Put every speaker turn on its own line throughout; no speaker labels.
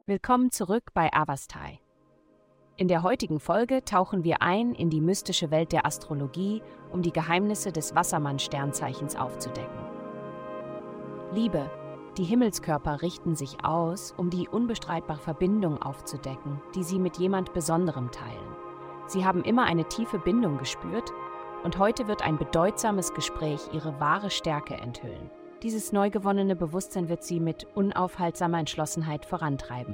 Willkommen zurück bei Avastai. In der heutigen Folge tauchen wir ein in die mystische Welt der Astrologie, um die Geheimnisse des Wassermann-Sternzeichens aufzudecken. Liebe, die Himmelskörper richten sich aus, um die unbestreitbare Verbindung aufzudecken, die sie mit jemand Besonderem teilen. Sie haben immer eine tiefe Bindung gespürt und heute wird ein bedeutsames Gespräch ihre wahre Stärke enthüllen. Dieses neu gewonnene Bewusstsein wird sie mit unaufhaltsamer Entschlossenheit vorantreiben.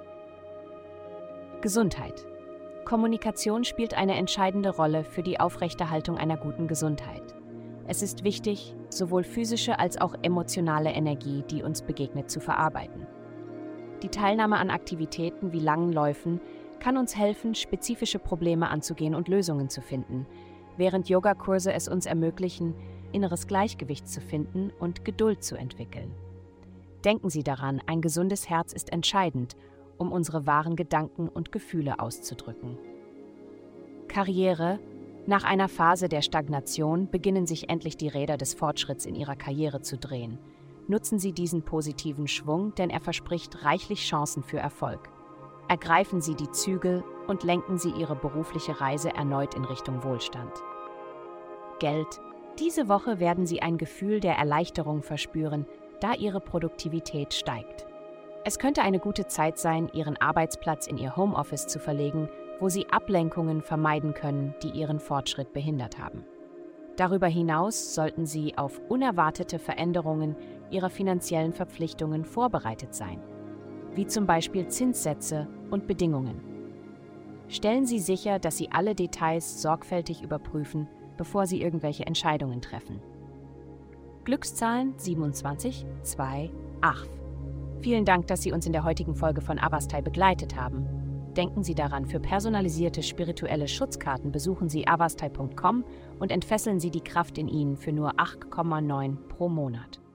Gesundheit. Kommunikation spielt eine entscheidende Rolle für die Aufrechterhaltung einer guten Gesundheit. Es ist wichtig, sowohl physische als auch emotionale Energie, die uns begegnet, zu verarbeiten. Die Teilnahme an Aktivitäten wie langen Läufen kann uns helfen, spezifische Probleme anzugehen und Lösungen zu finden, während Yogakurse es uns ermöglichen, inneres Gleichgewicht zu finden und Geduld zu entwickeln. Denken Sie daran, ein gesundes Herz ist entscheidend, um unsere wahren Gedanken und Gefühle auszudrücken. Karriere. Nach einer Phase der Stagnation beginnen sich endlich die Räder des Fortschritts in Ihrer Karriere zu drehen. Nutzen Sie diesen positiven Schwung, denn er verspricht reichlich Chancen für Erfolg. Ergreifen Sie die Zügel und lenken Sie Ihre berufliche Reise erneut in Richtung Wohlstand. Geld. Diese Woche werden Sie ein Gefühl der Erleichterung verspüren, da Ihre Produktivität steigt. Es könnte eine gute Zeit sein, Ihren Arbeitsplatz in Ihr Homeoffice zu verlegen, wo Sie Ablenkungen vermeiden können, die Ihren Fortschritt behindert haben. Darüber hinaus sollten Sie auf unerwartete Veränderungen Ihrer finanziellen Verpflichtungen vorbereitet sein, wie zum Beispiel Zinssätze und Bedingungen. Stellen Sie sicher, dass Sie alle Details sorgfältig überprüfen, bevor Sie irgendwelche Entscheidungen treffen. Glückszahlen 27, 2, 8. Vielen Dank, dass Sie uns in der heutigen Folge von Avastai begleitet haben. Denken Sie daran, für personalisierte spirituelle Schutzkarten besuchen Sie avastai.com und entfesseln Sie die Kraft in Ihnen für nur 8,9 pro Monat.